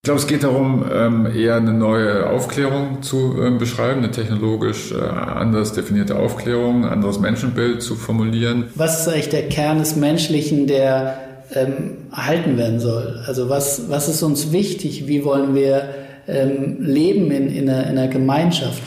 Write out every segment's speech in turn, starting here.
Ich glaube, es geht darum, eher eine neue Aufklärung zu beschreiben, eine technologisch anders definierte Aufklärung, ein anderes Menschenbild zu formulieren. Was ist eigentlich der Kern des Menschlichen, der erhalten werden soll? Also was ist uns wichtig? Wie wollen wir leben in einer Gemeinschaft?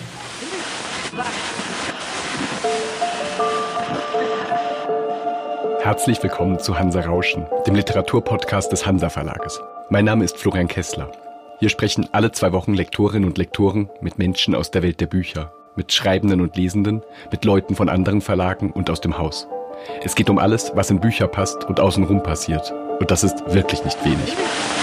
Herzlich willkommen zu Hansa Rauschen, dem Literaturpodcast des Hansa Verlages. Mein Name ist Florian Kessler. Hier sprechen alle 2 Wochen Lektorinnen und Lektoren mit Menschen aus der Welt der Bücher, mit Schreibenden und Lesenden, mit Leuten von anderen Verlagen und aus dem Haus. Es geht um alles, was in Bücher passt und außenrum passiert. Und das ist wirklich nicht wenig.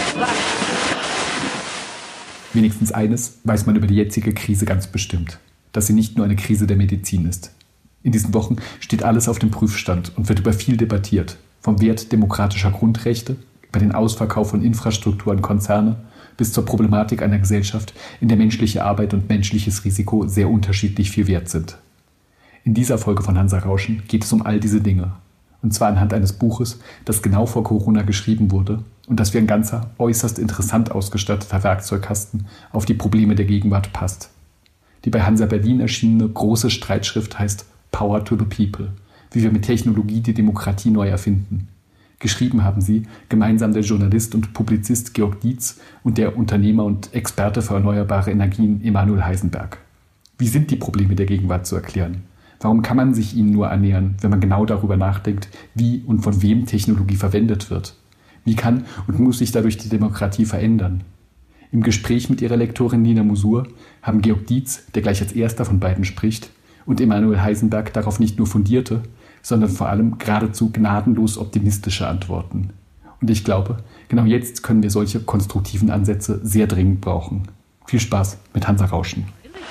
Wenigstens eines weiß man über die jetzige Krise ganz bestimmt, dass sie nicht nur eine Krise der Medizin ist. In diesen Wochen steht alles auf dem Prüfstand und wird über viel debattiert. Vom Wert demokratischer Grundrechte, über den Ausverkauf von Infrastruktur an Konzerne, bis zur Problematik einer Gesellschaft, in der menschliche Arbeit und menschliches Risiko sehr unterschiedlich viel wert sind. In dieser Folge von Hansa Rauschen geht es um all diese Dinge. Und zwar anhand eines Buches, das genau vor Corona geschrieben wurde und das wie ein ganzer, äußerst interessant ausgestatteter Werkzeugkasten auf die Probleme der Gegenwart passt. Die bei Hansa Berlin erschienene große Streitschrift heißt Power to the People, wie wir mit Technologie die Demokratie neu erfinden. Geschrieben haben sie gemeinsam der Journalist und Publizist Georg Dietz und der Unternehmer und Experte für erneuerbare Energien Emanuel Heisenberg. Wie sind die Probleme der Gegenwart zu erklären? Warum kann man sich ihnen nur annähern, wenn man genau darüber nachdenkt, wie und von wem Technologie verwendet wird? Wie kann und muss sich dadurch die Demokratie verändern? Im Gespräch mit ihrer Lektorin Nina Musur haben Georg Dietz, der gleich als erster von beiden spricht, und Emanuel Heisenberg darauf nicht nur fundierte, sondern vor allem geradezu gnadenlos optimistische Antworten. Und ich glaube, genau jetzt können wir solche konstruktiven Ansätze sehr dringend brauchen. Viel Spaß mit Hansa Rauschen.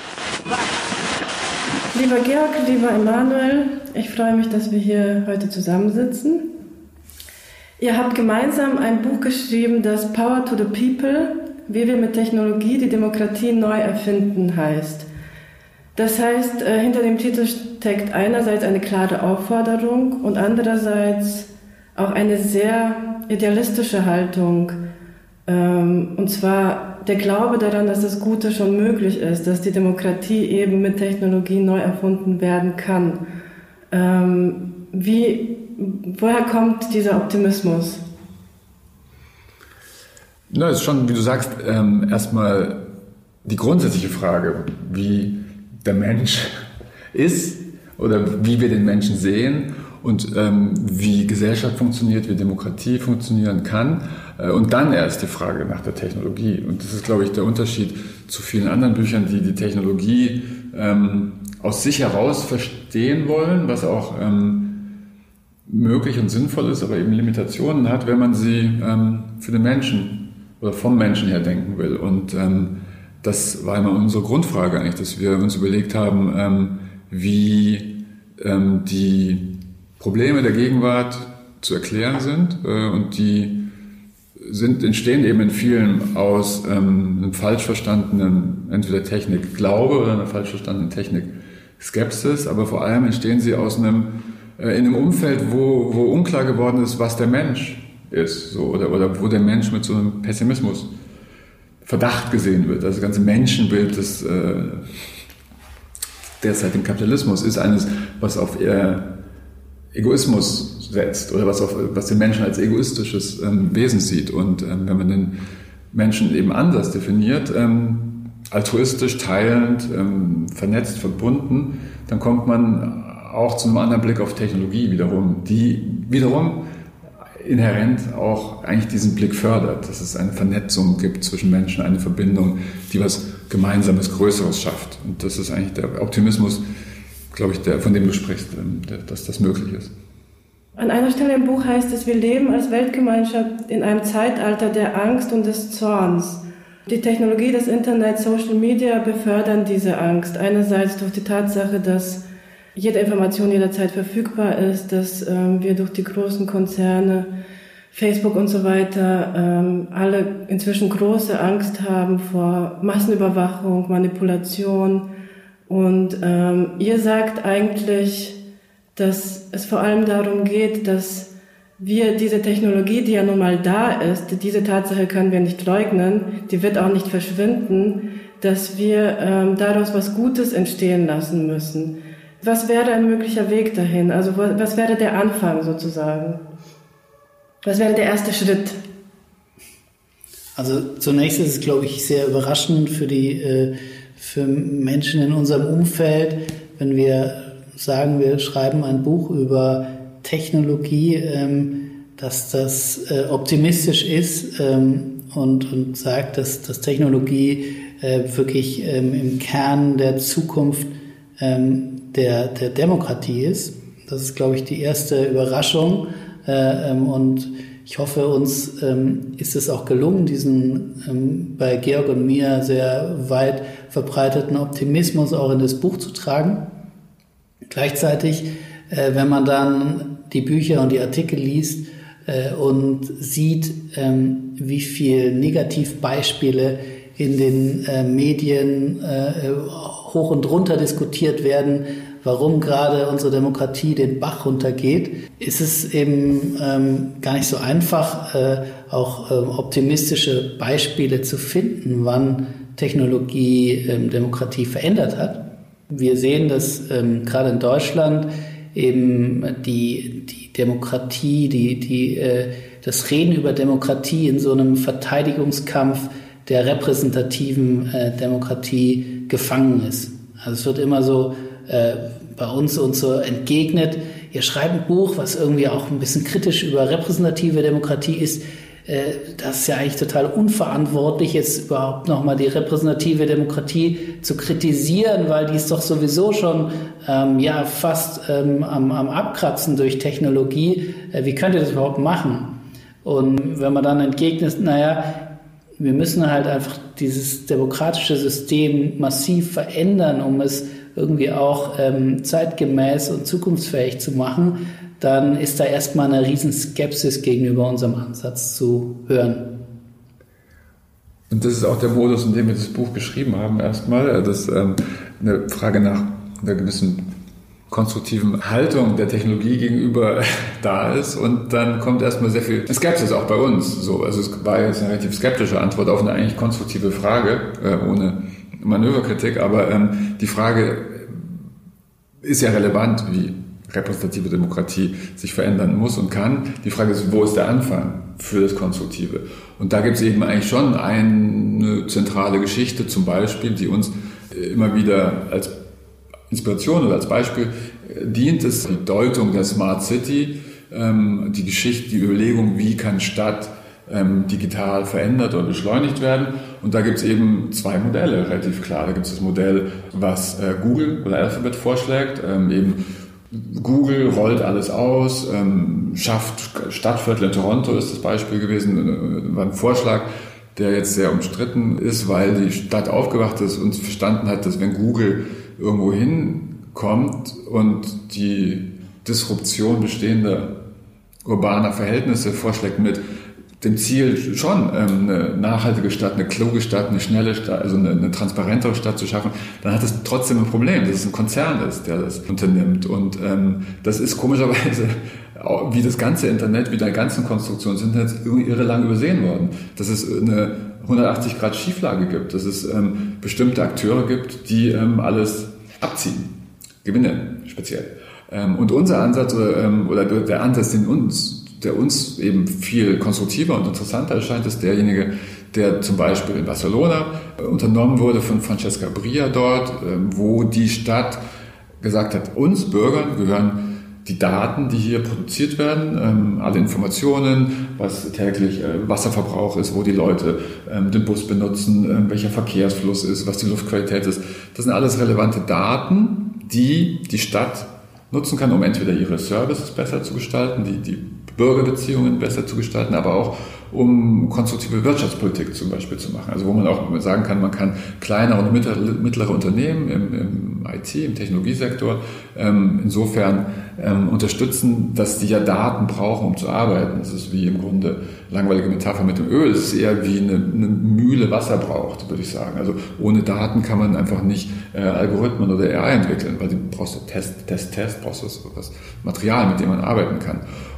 Lieber Georg, lieber Emanuel, ich freue mich, dass wir hier heute zusammensitzen. Ihr habt gemeinsam ein Buch geschrieben, das Power to the People, wie wir mit Technologie die Demokratie neu erfinden heißt. Das heißt, hinter dem Titel steckt einerseits eine klare Aufforderung und andererseits auch eine sehr idealistische Haltung. Und zwar der Glaube daran, dass das Gute schon möglich ist, dass die Demokratie eben mit Technologie neu erfunden werden kann. Woher kommt dieser Optimismus? Na, ist schon, wie du sagst, erstmal die grundsätzliche Frage, wie der Mensch ist oder wie wir den Menschen sehen und wie Gesellschaft funktioniert, wie Demokratie funktionieren kann. Und dann erst die Frage nach der Technologie. Und das ist, glaube ich, der Unterschied zu vielen anderen Büchern, die die Technologie aus sich heraus verstehen wollen, was auch möglich und sinnvoll ist, aber eben Limitationen hat, wenn man sie für den Menschen oder vom Menschen her denken will. Und das war immer unsere Grundfrage eigentlich, dass wir uns überlegt haben, wie die Probleme der Gegenwart zu erklären sind. Und die entstehen eben in vielen aus einem falsch verstandenen, entweder Technik-Glaube oder einer falsch verstandenen Technik-Skepsis. Aber vor allem entstehen sie in einem Umfeld, wo unklar geworden ist, was der Mensch ist. So, oder wo der Mensch mit so einem Pessimismus Verdacht gesehen wird. Also das ganze Menschenbild des derzeit im Kapitalismus ist eines, was auf Egoismus setzt oder was den Menschen als egoistisches Wesen sieht. Und wenn man den Menschen eben anders definiert, altruistisch, teilend, vernetzt, verbunden, dann kommt man auch zu einem anderen Blick auf Technologie wiederum, die wiederum inhärent auch eigentlich diesen Blick fördert, dass es eine Vernetzung gibt zwischen Menschen, eine Verbindung, die was Gemeinsames, Größeres schafft. Und das ist eigentlich der Optimismus, glaube ich, von dem du sprichst, dass das möglich ist. An einer Stelle im Buch heißt es, wir leben als Weltgemeinschaft in einem Zeitalter der Angst und des Zorns. Die Technologie, das Internet, Social Media befördern diese Angst. Einerseits durch die Tatsache, dass jede Information jederzeit verfügbar ist, dass wir durch die großen Konzerne, Facebook und so weiter, alle inzwischen große Angst haben vor Massenüberwachung, Manipulation. Und ihr sagt eigentlich, dass es vor allem darum geht, dass diese Technologie, die ja nun mal da ist, diese Tatsache können wir nicht leugnen, die wird auch nicht verschwinden, dass wir daraus was Gutes entstehen lassen müssen. Was wäre ein möglicher Weg dahin? Also was wäre der Anfang sozusagen? Was wäre der erste Schritt? Also zunächst ist es, glaube ich, sehr überraschend für Menschen in unserem Umfeld, wenn wir sagen, wir schreiben ein Buch über Technologie, dass das optimistisch ist und sagt, dass Technologie wirklich im Kern der Zukunft der Demokratie ist. Das ist, glaube ich, die erste Überraschung. Und ich hoffe, uns ist es auch gelungen, diesen bei Georg und mir sehr weit verbreiteten Optimismus auch in das Buch zu tragen. Gleichzeitig, wenn man dann die Bücher und die Artikel liest und sieht, wie viel Negativbeispiele in den Medien hoch und runter diskutiert werden, warum gerade unsere Demokratie den Bach runtergeht, ist es eben gar nicht so einfach, auch optimistische Beispiele zu finden, wann Technologie Demokratie verändert hat. Wir sehen, dass gerade in Deutschland eben die Demokratie, das Reden über Demokratie in so einem Verteidigungskampf der repräsentativen Demokratie gefangen ist. Also es wird immer so bei uns so entgegnet, ihr schreibt ein Buch, was irgendwie auch ein bisschen kritisch über repräsentative Demokratie ist. Das ist ja eigentlich total unverantwortlich, jetzt überhaupt nochmal die repräsentative Demokratie zu kritisieren, weil die ist doch sowieso schon fast am Abkratzen durch Technologie. Wie könnt ihr das überhaupt machen? Und wenn man dann entgegnet, wir müssen halt einfach dieses demokratische System massiv verändern, um es irgendwie auch zeitgemäß und zukunftsfähig zu machen, dann ist da erstmal eine riesen Skepsis gegenüber unserem Ansatz zu hören. Und das ist auch der Modus, in dem wir das Buch geschrieben haben erstmal, dass eine Frage nach einer gewissen konstruktiven Haltung der Technologie gegenüber da ist und dann kommt erstmal sehr viel Skepsis auch bei uns. So, also es war jetzt eine relativ skeptische Antwort auf eine eigentlich konstruktive Frage, ohne Manöverkritik, aber die Frage ist ja relevant, wie repräsentative Demokratie sich verändern muss und kann. Die Frage ist, wo ist der Anfang für das Konstruktive? Und da gibt es eben eigentlich schon eine zentrale Geschichte, zum Beispiel, die uns immer wieder als Inspiration oder als Beispiel dient, ist die Deutung der Smart City, die Geschichte, die Überlegung, wie kann Stadt digital verändert oder beschleunigt werden. Und da gibt es eben zwei Modelle, relativ klar. Da gibt es das Modell, was Google oder Alphabet vorschlägt, eben Google rollt alles aus, schafft Stadtviertel in Toronto ist das Beispiel gewesen, war ein Vorschlag, der jetzt sehr umstritten ist, weil die Stadt aufgewacht ist und verstanden hat, dass wenn Google irgendwo hinkommt und die Disruption bestehender urbaner Verhältnisse vorschlägt mit dem Ziel schon eine nachhaltige Stadt, eine kluge Stadt, eine schnelle Stadt, also eine transparentere Stadt zu schaffen, dann hat es trotzdem ein Problem, dass es ein Konzern ist, der das unternimmt. Und das ist komischerweise, wie das ganze Internet, wie die ganzen Konstruktionen des Internets irre lang übersehen worden. Dass es eine 180-Grad-Schieflage gibt, dass es bestimmte Akteure gibt, die alles abziehen, Gewinne speziell. Und unser Ansatz oder der Ansatz, der uns eben viel konstruktiver und interessanter erscheint, ist derjenige, der zum Beispiel in Barcelona unternommen wurde von Francesca Bria dort, wo die Stadt gesagt hat, uns Bürgern gehören die Daten, die hier produziert werden, alle Informationen, was täglich Wasserverbrauch ist, wo die Leute den Bus benutzen, welcher Verkehrsfluss ist, was die Luftqualität ist. Das sind alles relevante Daten, die die Stadt nutzen kann, um entweder ihre Services besser zu gestalten, die Bürgerbeziehungen besser zu gestalten, aber auch um konstruktive Wirtschaftspolitik zum Beispiel zu machen. Also wo man auch sagen kann, man kann kleinere und mittlere Unternehmen im IT, im Technologiesektor insofern unterstützen, dass die ja Daten brauchen, um zu arbeiten. Das ist wie im Grunde langweilige Metapher mit dem Öl. Es ist eher wie eine Mühle Wasser braucht, würde ich sagen. Also ohne Daten kann man einfach nicht Algorithmen oder AI entwickeln, weil du brauchst Test, brauchst du das Material, mit dem man arbeiten kann.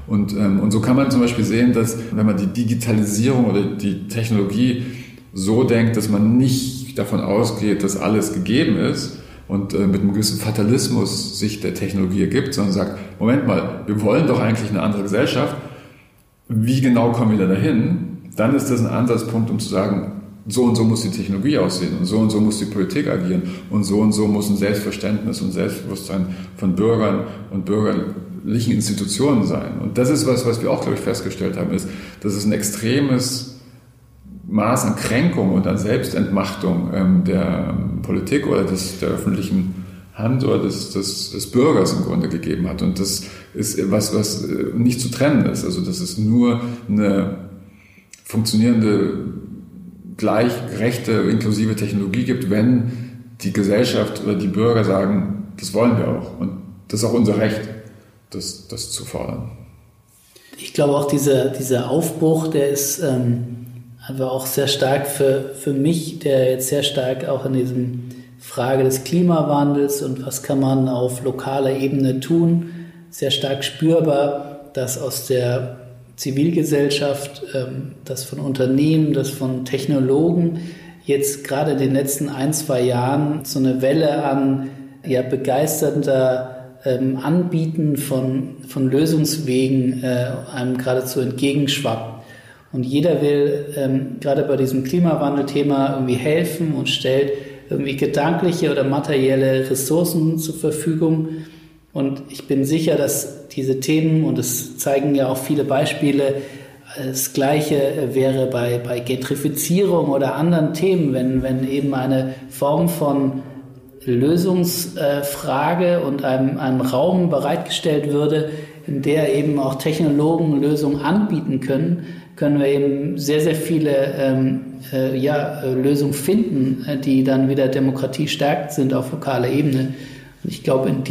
Und so kann man zum Beispiel sehen, dass wenn man die Digitalisierung oder die Technologie so denkt, dass man nicht davon ausgeht, dass alles gegeben ist und mit einem gewissen Fatalismus sich der Technologie ergibt, sondern sagt, Moment mal, wir wollen doch eigentlich eine andere Gesellschaft. Wie genau kommen wir da dahin? Dann ist das ein Ansatzpunkt, um zu sagen, so und so muss die Technologie aussehen und so muss die Politik agieren und so muss ein Selbstverständnis und Selbstbewusstsein von Bürgern und bürgerlichen Institutionen sein. Und das ist was wir auch, glaube ich, festgestellt haben, ist, dass es ein extremes Maß an Kränkung und an Selbstentmachtung der Politik oder der öffentlichen Hand oder des Bürgers im Grunde gegeben hat. Und das ist was nicht zu trennen ist. Also dass es nur eine funktionierende, gleichgerechte, inklusive Technologie gibt, wenn die Gesellschaft oder die Bürger sagen, das wollen wir auch. Und das ist auch unser Recht, das zu fordern. Ich glaube auch dieser Aufbruch, der ist aber auch sehr stark für mich, der jetzt sehr stark auch in diesem Frage des Klimawandels und was kann man auf lokaler Ebene tun, sehr stark spürbar, dass aus der Zivilgesellschaft, das von Unternehmen, das von Technologen jetzt gerade in den letzten 1-2 Jahren so eine Welle an begeisternder Anbieten von Lösungswegen einem geradezu entgegenschwappt. Und jeder will gerade bei diesem Klimawandelthema irgendwie helfen und stellt irgendwie gedankliche oder materielle Ressourcen zur Verfügung. Und ich bin sicher, dass diese Themen, und es zeigen ja auch viele Beispiele, das Gleiche wäre bei Gentrifizierung oder anderen Themen, wenn eben eine Form von Lösungsfrage und einem Raum bereitgestellt würde, in der eben auch Technologen Lösungen anbieten können wir eben sehr, sehr viele Lösungen finden, die dann wieder demokratiestärkend sind auf lokaler Ebene. Und ich glaube, in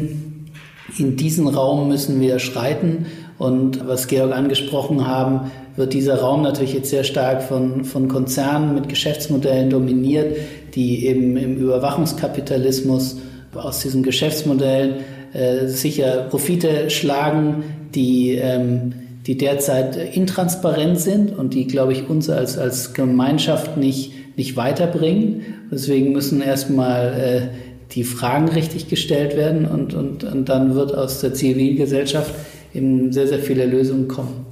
diesen Raum müssen wir schreiten. Und was Georg angesprochen haben, wird dieser Raum natürlich jetzt sehr stark von Konzernen mit Geschäftsmodellen dominiert, die eben im Überwachungskapitalismus aus diesen Geschäftsmodellen sicher Profite schlagen, die derzeit intransparent sind und die, glaube ich, uns als Gemeinschaft nicht weiterbringen. Deswegen müssen erstmal die Fragen richtig gestellt werden und dann wird aus der Zivilgesellschaft eben sehr, sehr viele Lösungen kommen.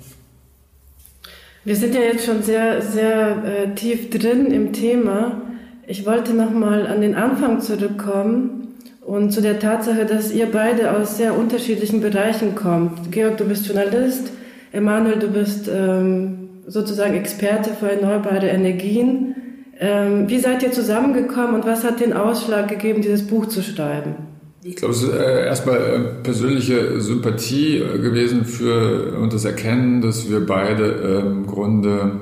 Wir sind ja jetzt schon sehr, sehr tief drin im Thema. Ich wollte nochmal an den Anfang zurückkommen und zu der Tatsache, dass ihr beide aus sehr unterschiedlichen Bereichen kommt. Georg, du bist Journalist. Emanuel, du bist sozusagen Experte für erneuerbare Energien. Wie seid ihr zusammengekommen und was hat den Ausschlag gegeben, dieses Buch zu schreiben? Ich glaube, es ist erstmal persönliche Sympathie gewesen und das Erkennen, dass wir beide im Grunde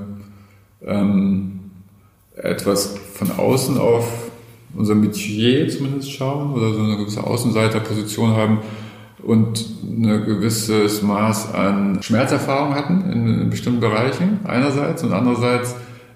etwas von außen auf unser Metier zumindest schauen oder so eine gewisse Außenseiterposition haben und ein gewisses Maß an Schmerzerfahrung hatten in bestimmten Bereichen einerseits und andererseits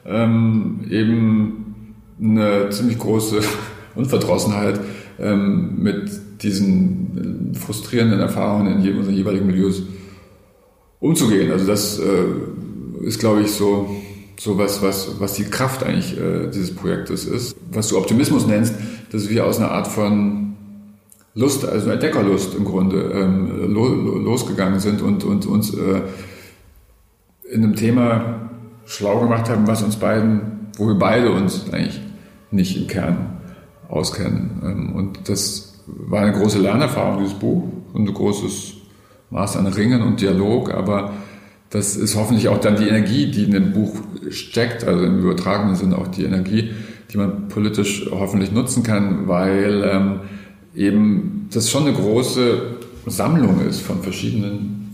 eben eine ziemlich große Unverdrossenheit mit diesen frustrierenden Erfahrungen in unseren jeweiligen Milieus umzugehen. Also das ist, glaube ich, so was die Kraft eigentlich dieses Projektes ist. Was du Optimismus nennst, dass wir aus einer Art von Lust, also Entdeckerlust im Grunde, losgegangen sind und uns in einem Thema schlau gemacht haben, wo wir beide uns eigentlich nicht im Kern auskennen. Und das war eine große Lernerfahrung, dieses Buch, und ein großes Maß an Ringen und Dialog, aber das ist hoffentlich auch dann die Energie, die in dem Buch steckt, also im übertragenen Sinne auch die Energie, die man politisch hoffentlich nutzen kann, weil eben das schon eine große Sammlung ist von verschiedenen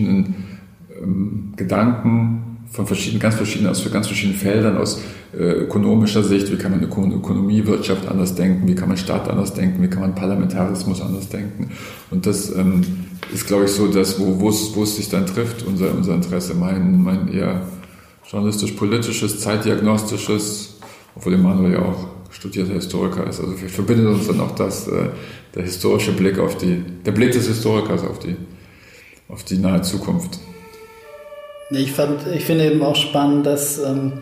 Gedanken, ganz verschiedenen Feldern, aus ökonomischer Sicht, wie kann man Ökonomie, Wirtschaft anders denken, wie kann man Staat anders denken, wie kann man Parlamentarismus anders denken. Und das ist, glaube ich, so das, wo es sich dann trifft, unser Interesse, mein eher journalistisch-politisches, zeitdiagnostisches, obwohl Emanuel ja auch studierter Historiker ist. Also vielleicht verbindet uns dann auch der historische Blick der Blick des Historikers auf die nahe Zukunft. Ich finde eben auch spannend, dass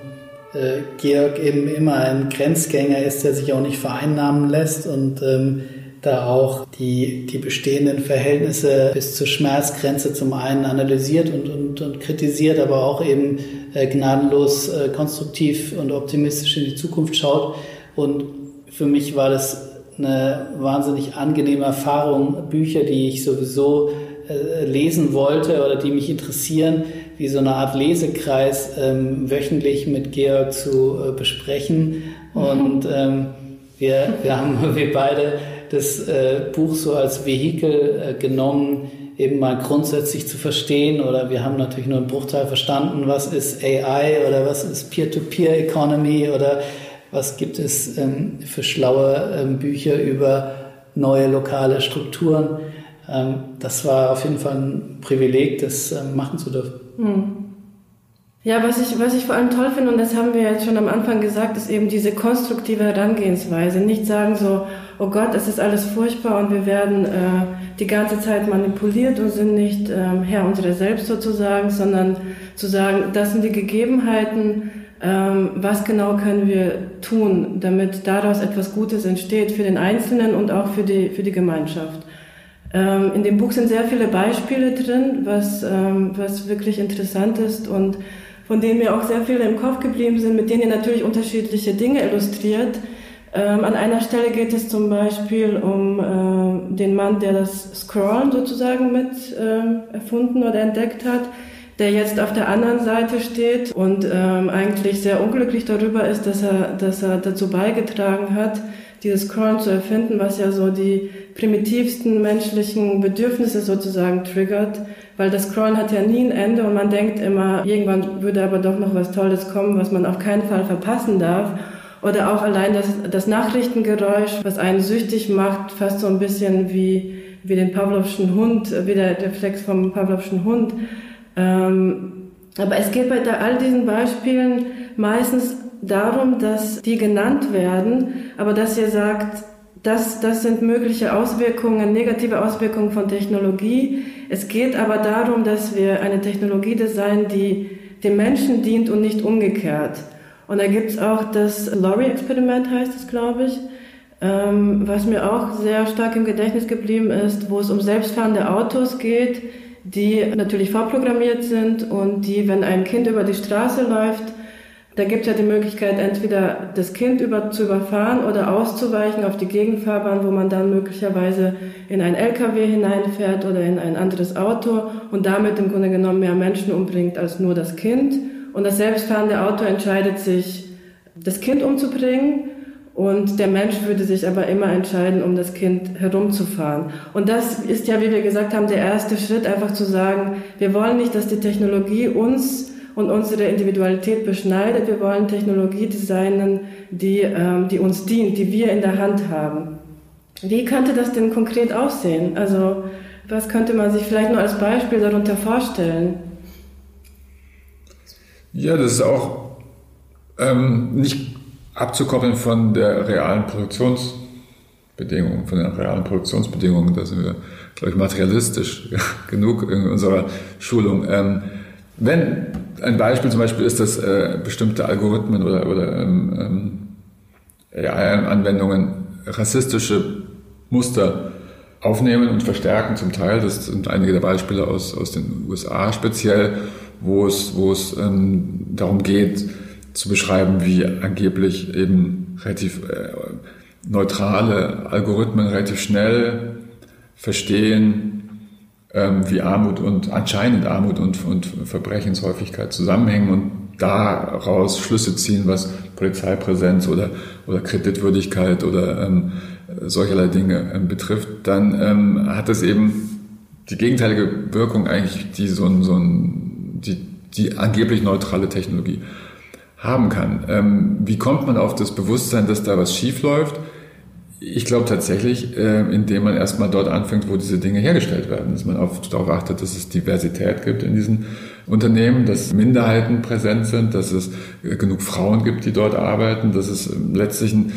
Georg eben immer ein Grenzgänger ist, der sich auch nicht vereinnahmen lässt und da auch die bestehenden Verhältnisse bis zur Schmerzgrenze zum einen analysiert und kritisiert, aber auch eben gnadenlos konstruktiv und optimistisch in die Zukunft schaut. Und für mich war das eine wahnsinnig angenehme Erfahrung, Bücher, die ich sowieso lesen wollte oder die mich interessieren, wie so eine Art Lesekreis wöchentlich mit Georg zu besprechen. Und wir beide das Buch so als Vehikel genommen, eben mal grundsätzlich zu verstehen, oder wir haben natürlich nur einen Bruchteil verstanden, was ist AI oder was ist Peer-to-Peer-Economy oder was gibt es für schlaue Bücher über neue lokale Strukturen. Das war auf jeden Fall ein Privileg, das machen zu dürfen. Ja, was ich vor allem toll finde, und das haben wir jetzt schon am Anfang gesagt, ist eben diese konstruktive Herangehensweise. Nicht sagen so, oh Gott, es ist alles furchtbar und wir werden die ganze Zeit manipuliert und sind nicht Herr unserer selbst sozusagen, sondern zu sagen, das sind die Gegebenheiten, was genau können wir tun, damit daraus etwas Gutes entsteht für den Einzelnen und auch für die Gemeinschaft. In dem Buch sind sehr viele Beispiele drin, was wirklich interessant ist und von denen mir auch sehr viele im Kopf geblieben sind, mit denen ihr natürlich unterschiedliche Dinge illustriert. An einer Stelle geht es zum Beispiel um den Mann, der das Scrollen sozusagen mit erfunden oder entdeckt hat, der jetzt auf der anderen Seite steht und eigentlich sehr unglücklich darüber ist, dass er dazu beigetragen hat, dieses Scrollen zu erfinden, was ja so die primitivsten menschlichen Bedürfnisse sozusagen triggert, weil das Scrollen hat ja nie ein Ende und man denkt immer, irgendwann würde aber doch noch was Tolles kommen, was man auf keinen Fall verpassen darf. Oder auch allein das Nachrichtengeräusch, was einen süchtig macht, fast so ein bisschen wie den Pavlovschen Hund, wie der Reflex vom Pavlovschen Hund. Aber es geht bei all diesen Beispielen meistens darum, dass die genannt werden, aber dass ihr sagt, das sind mögliche Auswirkungen, negative Auswirkungen von Technologie. Es geht aber darum, dass wir eine Technologie designen, die dem Menschen dient und nicht umgekehrt. Und da gibt's auch das Lorry-Experiment, heißt es, glaube ich, was mir auch sehr stark im Gedächtnis geblieben ist, wo es um selbstfahrende Autos geht, die natürlich vorprogrammiert sind und die, wenn ein Kind über die Straße läuft, da gibt es ja die Möglichkeit, entweder das Kind zu überfahren oder auszuweichen auf die Gegenfahrbahn, wo man dann möglicherweise in ein LKW hineinfährt oder in ein anderes Auto und damit im Grunde genommen mehr Menschen umbringt als nur das Kind. Und das selbstfahrende Auto entscheidet sich, das Kind umzubringen, und der Mensch würde sich aber immer entscheiden, um das Kind herumzufahren. Und das ist ja, wie wir gesagt haben, der erste Schritt, einfach zu sagen, wir wollen nicht, dass die Technologie uns und unsere Individualität beschneidet. Wir wollen Technologie designen, die uns dient, die wir in der Hand haben. Wie könnte das denn konkret aussehen? Also, was könnte man sich vielleicht nur als Beispiel darunter vorstellen? Ja, das ist auch nicht abzukoppeln von der realen Produktionsbedingungen, Da sind wir, glaube ich, materialistisch genug in unserer Schulung. Wenn ein Beispiel zum Beispiel ist, dass bestimmte Algorithmen oder AI-Anwendungen rassistische Muster aufnehmen und verstärken zum Teil. Das sind einige der Beispiele aus den USA speziell, wo es darum geht, zu beschreiben, wie angeblich eben relativ neutrale Algorithmen relativ schnell verstehen, wie anscheinend Armut und Verbrechenshäufigkeit zusammenhängen und daraus Schlüsse ziehen, was Polizeipräsenz oder Kreditwürdigkeit oder solcherlei Dinge betrifft, dann hat das eben die gegenteilige Wirkung eigentlich, die angeblich neutrale Technologie haben kann. Wie kommt man auf das Bewusstsein, dass da was schief läuft? Ich glaube tatsächlich, indem man erstmal dort anfängt, wo diese Dinge hergestellt werden, dass man darauf achtet, dass es Diversität gibt in diesen Unternehmen, dass Minderheiten präsent sind, dass es genug Frauen gibt, die dort arbeiten, dass es letztlich ein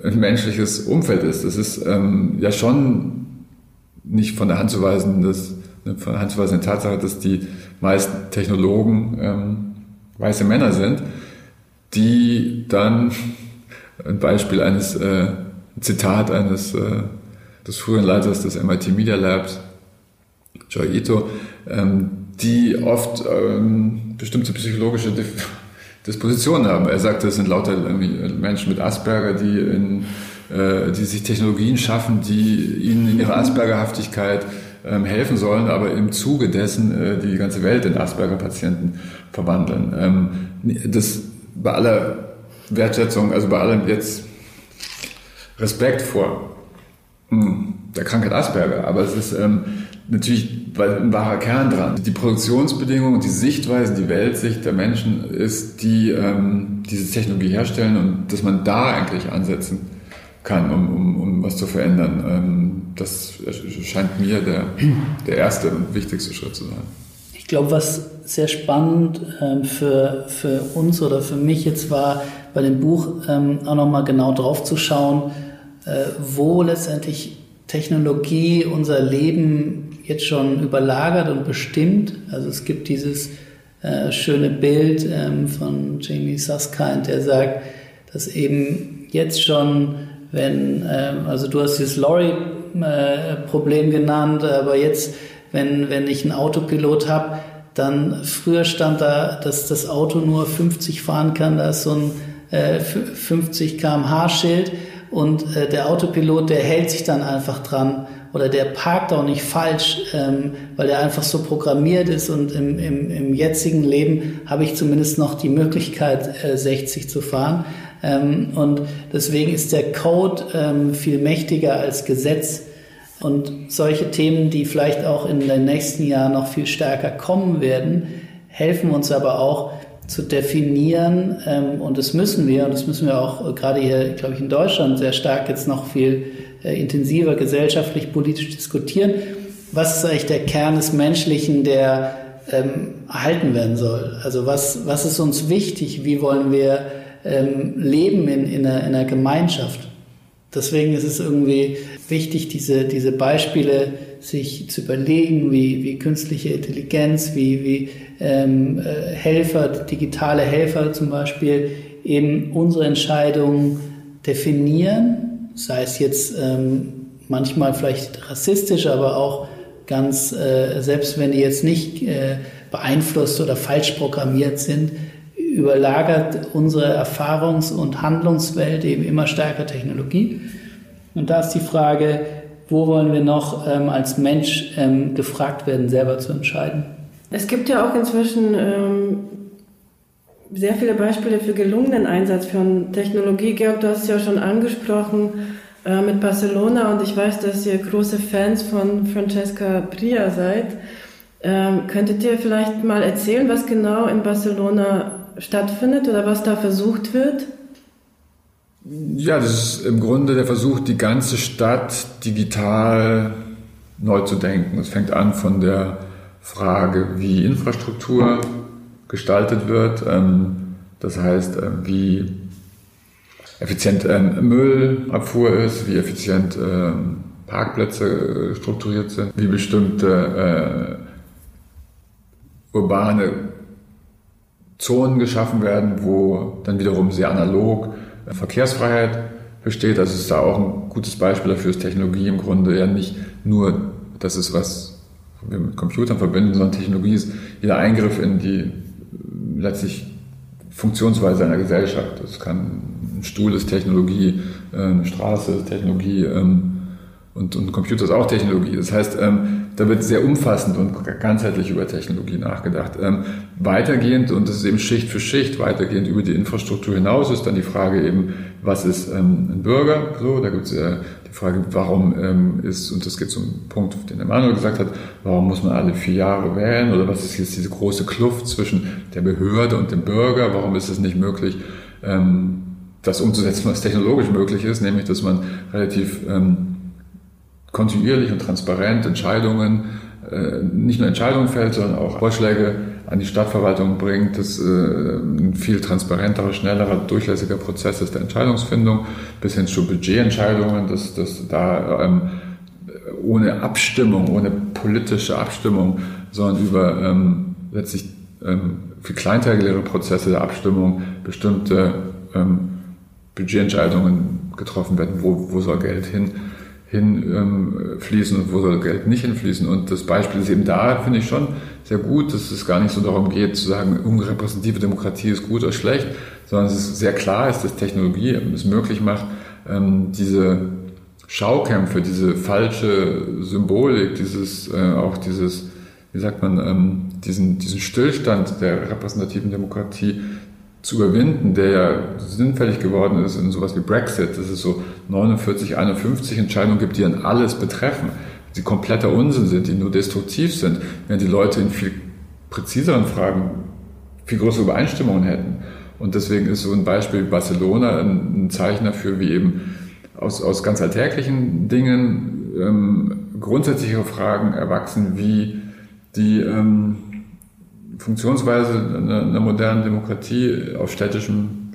menschliches Umfeld ist. Das ist ja schon nicht von der Hand zu weisen, dass eine verhandlungsweise Tatsache, dass die meisten Technologen weiße Männer sind, die dann, ein Beispiel Zitat eines des früheren Leiters des MIT Media Labs, Joi Ito, die oft bestimmte psychologische Dispositionen haben. Er sagt, es sind lauter Menschen mit Asperger, die sich Technologien schaffen, die ihnen in ihrer Aspergerhaftigkeit helfen sollen, aber im Zuge dessen die ganze Welt in Asperger-Patienten verwandeln. Das bei aller Wertschätzung, also bei allem jetzt Respekt vor der Krankheit Asperger, aber es ist natürlich ein wahrer Kern dran. Die Produktionsbedingungen, die Sichtweise, die Weltsicht der Menschen ist, die diese Technologie herstellen und dass man da eigentlich ansetzen kann, um was zu verändern. Das scheint mir der erste und wichtigste Schritt zu sein. Ich glaube, was sehr spannend für uns oder für mich jetzt war, bei dem Buch auch nochmal genau drauf zu schauen, wo letztendlich Technologie unser Leben jetzt schon überlagert und bestimmt. Also es gibt dieses schöne Bild von Jamie Susskind, der sagt, dass eben jetzt schon, also du hast dieses Lorry-Problem genannt, aber jetzt, wenn ich einen Autopilot habe, dann früher stand da, dass das Auto nur 50 fahren kann, da ist so ein 50 km/h-Schild und der Autopilot, der hält sich dann einfach dran oder der parkt auch nicht falsch, weil der einfach so programmiert ist und im jetzigen Leben habe ich zumindest noch die Möglichkeit, 60 zu fahren. Und deswegen ist der Code viel mächtiger als Gesetz. Und solche Themen, die vielleicht auch in den nächsten Jahren noch viel stärker kommen werden, helfen uns aber auch zu definieren, und das müssen wir auch gerade hier, glaube ich, in Deutschland sehr stark jetzt noch viel intensiver gesellschaftlich, politisch diskutieren. Was ist eigentlich der Kern des Menschlichen, der erhalten werden soll? Also was ist uns wichtig? Wie wollen wir leben in einer Gemeinschaft? Deswegen ist es irgendwie wichtig, diese Beispiele sich zu überlegen, wie künstliche Intelligenz, wie Helfer, digitale Helfer zum Beispiel, eben unsere Entscheidungen definieren, sei es jetzt manchmal vielleicht rassistisch, aber auch ganz, selbst wenn die jetzt nicht beeinflusst oder falsch programmiert sind, überlagert unsere Erfahrungs- und Handlungswelt eben immer stärker Technologie. Und da ist die Frage, wo wollen wir noch als Mensch gefragt werden, selber zu entscheiden? Es gibt ja auch inzwischen sehr viele Beispiele für gelungenen Einsatz von Technologie. Georg, du hast es ja schon angesprochen mit Barcelona und ich weiß, dass ihr große Fans von Francesca Bria seid. Könntet ihr vielleicht mal erzählen, was genau in Barcelona stattfindet oder was da versucht wird? Ja, das ist im Grunde der Versuch, die ganze Stadt digital neu zu denken. Es fängt an von der Frage, wie Infrastruktur gestaltet wird. Das heißt, wie effizient Müllabfuhr ist, wie effizient Parkplätze strukturiert sind, wie bestimmte urbane Zonen geschaffen werden, wo dann wiederum sehr analog Verkehrsfreiheit besteht. Also es ist da auch ein gutes Beispiel dafür, dass Technologie im Grunde ja nicht nur das ist, was wir mit Computern verbinden, sondern Technologie ist jeder Eingriff in die letztlich Funktionsweise einer Gesellschaft. Das kann ein Stuhl ist Technologie, eine Straße ist Technologie und ein Computer ist auch Technologie. Das heißt, da wird sehr umfassend und ganzheitlich über Technologie nachgedacht. Weitergehend, und das ist eben Schicht für Schicht, weitergehend über die Infrastruktur hinaus ist dann die Frage eben, was ist ein Bürger? So, da gibt es die Frage, warum ist, und das geht zum Punkt, den Emanuel gesagt hat, warum muss man alle 4 Jahre wählen? Oder was ist jetzt diese große Kluft zwischen der Behörde und dem Bürger? Warum ist es nicht möglich, das umzusetzen, was technologisch möglich ist, nämlich, dass man relativ kontinuierlich und transparent Entscheidungen, nicht nur Entscheidungen fällt, sondern auch Vorschläge an die Stadtverwaltung bringt, dass ein viel transparenterer, schnellerer, durchlässiger Prozess ist der Entscheidungsfindung, bis hin zu Budgetentscheidungen, dass da ohne Abstimmung, ohne politische Abstimmung, sondern über letztlich viel kleinteiligere Prozesse der Abstimmung bestimmte Budgetentscheidungen getroffen werden, wo soll Geld hinfließen und wo soll Geld nicht hinfließen. Und das Beispiel ist eben da, finde ich schon sehr gut, dass es gar nicht so darum geht, zu sagen, repräsentative Demokratie ist gut oder schlecht, sondern es ist sehr klar ist, dass Technologie es möglich macht, diese Schaukämpfe, diese falsche Symbolik, diesen Stillstand der repräsentativen Demokratie zu überwinden, der ja sinnfällig geworden ist in sowas wie Brexit, dass es so 49, 51 Entscheidungen gibt, die dann alles betreffen, die kompletter Unsinn sind, die nur destruktiv sind, während die Leute in viel präziseren Fragen viel größere Übereinstimmungen hätten. Und deswegen ist so ein Beispiel wie Barcelona ein Zeichen dafür, wie eben aus ganz alltäglichen Dingen grundsätzlichere Fragen erwachsen, wie die Funktionsweise einer modernen Demokratie auf städtischem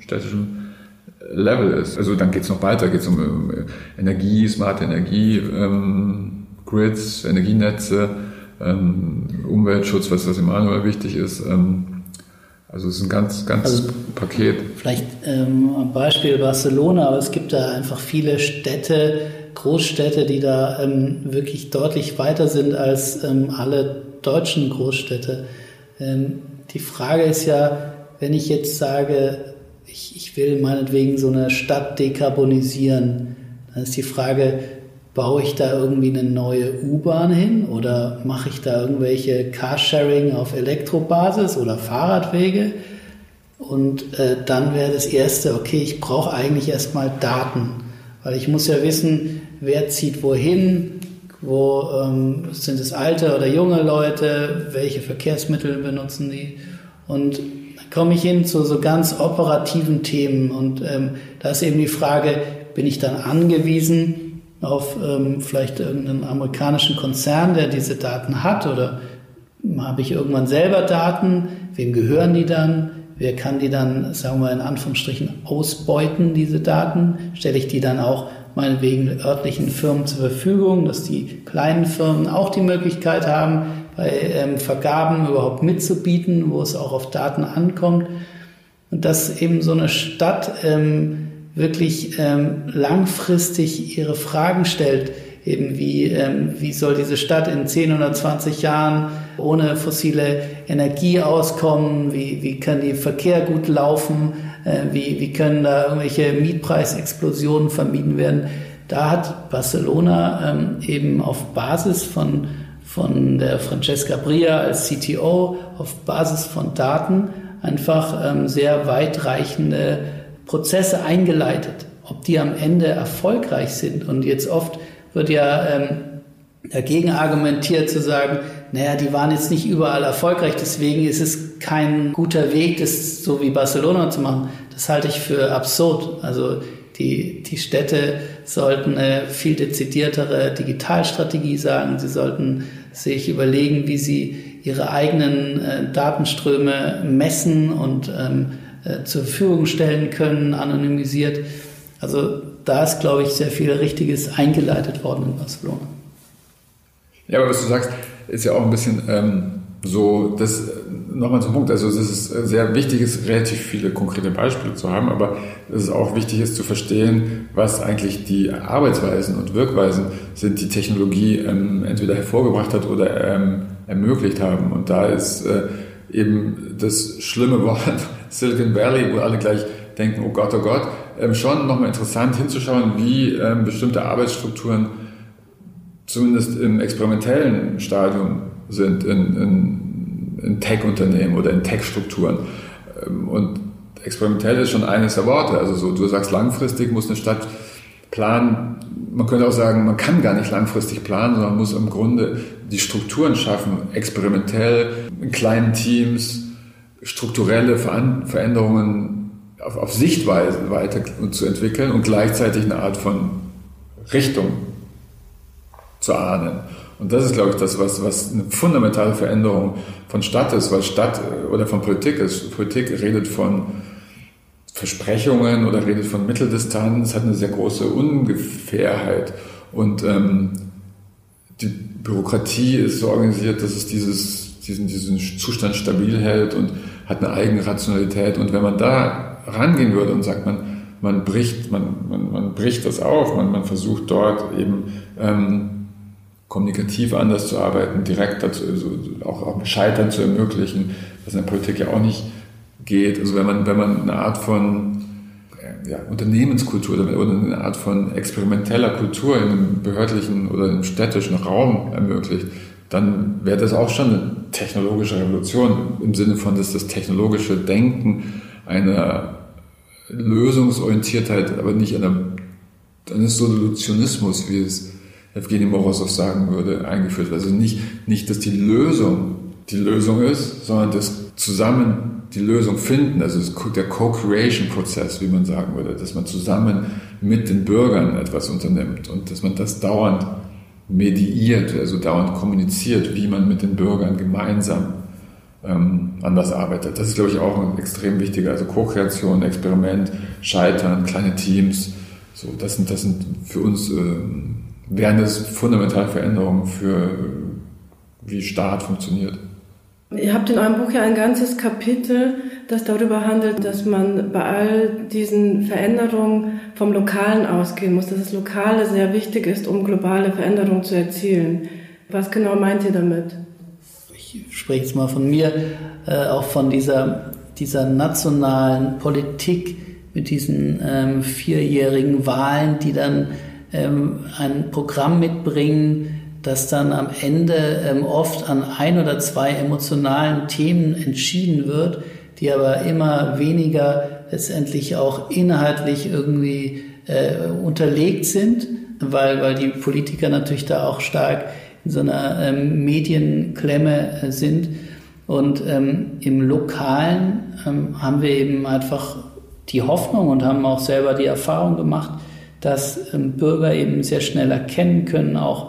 Level ist. Also dann geht es noch weiter, geht es um Energie, smarte Energie, Grids, Energienetze, Umweltschutz, was Emanuel wichtig ist. Also es ist ein ganz Paket. Vielleicht ein Beispiel Barcelona, aber es gibt da einfach viele Städte, Großstädte, die da wirklich deutlich weiter sind als alle deutschen Großstädte. Die Frage ist ja, wenn ich jetzt sage, ich will meinetwegen so eine Stadt dekarbonisieren, dann ist die Frage, baue ich da irgendwie eine neue U-Bahn hin oder mache ich da irgendwelche Carsharing auf Elektrobasis oder Fahrradwege? Und dann wäre das Erste, okay, ich brauche eigentlich erstmal Daten, weil ich muss ja wissen, wer zieht wohin, wo sind es alte oder junge Leute, welche Verkehrsmittel benutzen die, und dann komme ich hin zu so ganz operativen Themen, und da ist eben die Frage, bin ich dann angewiesen auf vielleicht irgendeinen amerikanischen Konzern, der diese Daten hat, oder habe ich irgendwann selber Daten, wem gehören die dann, wer kann die dann, sagen wir in Anführungsstrichen, ausbeuten, diese Daten, stelle ich die dann auch meinetwegen örtlichen Firmen zur Verfügung, dass die kleinen Firmen auch die Möglichkeit haben, bei Vergaben überhaupt mitzubieten, wo es auch auf Daten ankommt. Und dass eben so eine Stadt wirklich langfristig ihre Fragen stellt, eben wie soll diese Stadt in 10 oder 20 Jahren ohne fossile Energie auskommen, wie kann die Verkehr gut laufen, wie können da irgendwelche Mietpreisexplosionen vermieden werden. Da hat Barcelona eben auf Basis von der Francesca Bria als CTO, auf Basis von Daten einfach sehr weitreichende Prozesse eingeleitet. Ob die am Ende erfolgreich sind, und jetzt oft wird ja dagegen argumentiert zu sagen, naja, die waren jetzt nicht überall erfolgreich, deswegen ist es kein guter Weg, das so wie Barcelona zu machen. Das halte ich für absurd. Also die Städte sollten eine viel dezidiertere Digitalstrategie sagen. Sie sollten sich überlegen, wie sie ihre eigenen Datenströme messen und zur Verfügung stellen können, anonymisiert. Also da ist, glaube ich, sehr viel Richtiges eingeleitet worden in Barcelona. Ja, aber was du sagst, ist ja auch ein bisschen so, das nochmal zum Punkt, also es ist sehr wichtig, ist relativ viele konkrete Beispiele zu haben, aber es ist auch wichtig, ist zu verstehen, was eigentlich die Arbeitsweisen und Wirkweisen sind, die Technologie entweder hervorgebracht hat oder ermöglicht haben. Und da ist eben das schlimme Wort Silicon Valley, wo alle gleich denken, oh Gott, schon nochmal interessant hinzuschauen, wie bestimmte Arbeitsstrukturen zumindest im experimentellen Stadium sind in Tech-Unternehmen oder in Tech-Strukturen. Und experimentell ist schon eines der Worte. Also so, du sagst, langfristig muss eine Stadt planen. Man könnte auch sagen, man kann gar nicht langfristig planen, sondern muss im Grunde die Strukturen schaffen, experimentell, in kleinen Teams, strukturelle Veränderungen auf Sichtweise weiter zu entwickeln und gleichzeitig eine Art von Richtung zu ahnen. Und das ist, glaube ich, das, was eine fundamentale Veränderung von Stadt ist, weil Stadt oder von Politik ist. Politik redet von Versprechungen oder redet von Mitteldistanz, hat eine sehr große Ungefährheit. Und die Bürokratie ist so organisiert, dass es diesen Zustand stabil hält und hat eine eigene Rationalität. Und wenn man da rangehen würde und sagt, man bricht das auf, man versucht dort eben kommunikativ anders zu arbeiten, direkt dazu, also auch Scheitern zu ermöglichen, was in der Politik ja auch nicht geht. Also wenn man eine Art von Unternehmenskultur oder eine Art von experimenteller Kultur in einem behördlichen oder einem städtischen Raum ermöglicht, dann wäre das auch schon eine technologische Revolution im Sinne von, dass das technologische Denken einer Lösungsorientiertheit, aber nicht eines Solutionismus, wie es Evgeny Morozov sagen würde, eingeführt wird. Also nicht, dass die Lösung ist, sondern dass zusammen die Lösung finden, also der Co-Creation-Prozess, wie man sagen würde, dass man zusammen mit den Bürgern etwas unternimmt und dass man das dauernd mediiert, also dauernd kommuniziert, wie man mit den Bürgern gemeinsam anders arbeitet. Das ist, glaube ich, auch ein extrem wichtiger, also Co-Kreation, Experiment, Scheitern, kleine Teams, so, das sind für uns wären das fundamentale Veränderungen für wie Staat funktioniert. Ihr habt in eurem Buch ja ein ganzes Kapitel, das darüber handelt, dass man bei all diesen Veränderungen vom Lokalen ausgehen muss, dass das Lokale sehr wichtig ist, um globale Veränderungen zu erzielen. Was genau meint ihr damit? Ich spreche jetzt mal von mir, auch von dieser nationalen Politik mit diesen 4-jährigen Wahlen, die dann ein Programm mitbringen, das dann am Ende oft an 1 oder 2 emotionalen Themen entschieden wird, die aber immer weniger letztendlich auch inhaltlich irgendwie unterlegt sind, weil die Politiker natürlich da auch stark in so einer Medienklemme sind. Und im Lokalen haben wir eben einfach die Hoffnung und haben auch selber die Erfahrung gemacht, dass Bürger eben sehr schnell erkennen können, auch